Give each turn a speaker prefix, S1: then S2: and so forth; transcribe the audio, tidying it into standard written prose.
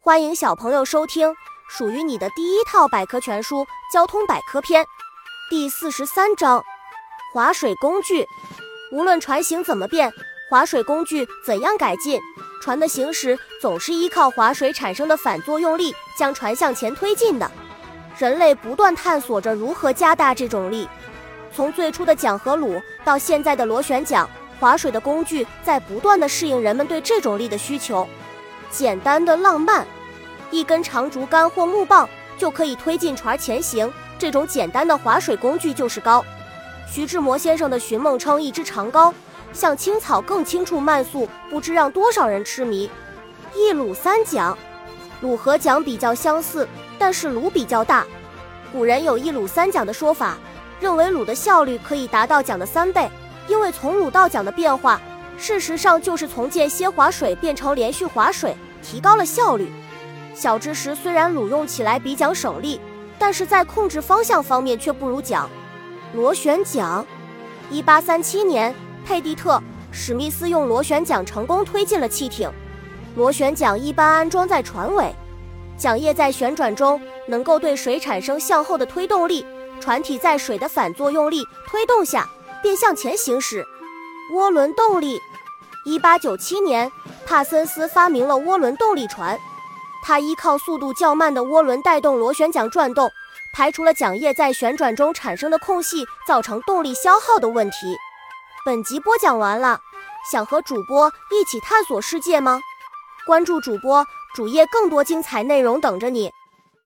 S1: 欢迎小朋友收听属于你的第一套百科全书《交通百科篇》第43章：划水工具。无论船型怎么变，划水工具怎样改进，船的行驶总是依靠划水产生的反作用力将船向前推进的。人类不断探索着如何加大这种力，从最初的桨和橹到现在的螺旋桨，划水的工具在不断地适应人们对这种力的需求。简单的浪漫，一根长竹竿或木棒就可以推进船前行，这种简单的划水工具就是篙。徐志摩先生的寻梦称一支长篙像青草更轻触慢速，不知让多少人痴迷。一橹三桨，橹和桨比较相似，但是橹比较大。古人有一橹三桨的说法，认为橹的效率可以达到桨的3倍，因为从橹到桨的变化事实上就是从间歇划水变成连续划水，提高了效率。小知识，虽然橹用起来比桨省力，但是在控制方向方面却不如桨。螺旋桨，1837年，佩蒂特·史密斯用螺旋桨成功推进了汽艇。螺旋桨一般安装在船尾，桨叶在旋转中能够对水产生向后的推动力，船体在水的反作用力推动下便向前行驶。涡轮动力，1897年，帕森斯发明了涡轮动力船，他依靠速度较慢的涡轮带动螺旋桨转动，排除了桨叶在旋转中产生的空隙造成动力消耗的问题。本集播讲完了，想和主播一起探索世界吗？关注主播主页，更多精彩内容等着你。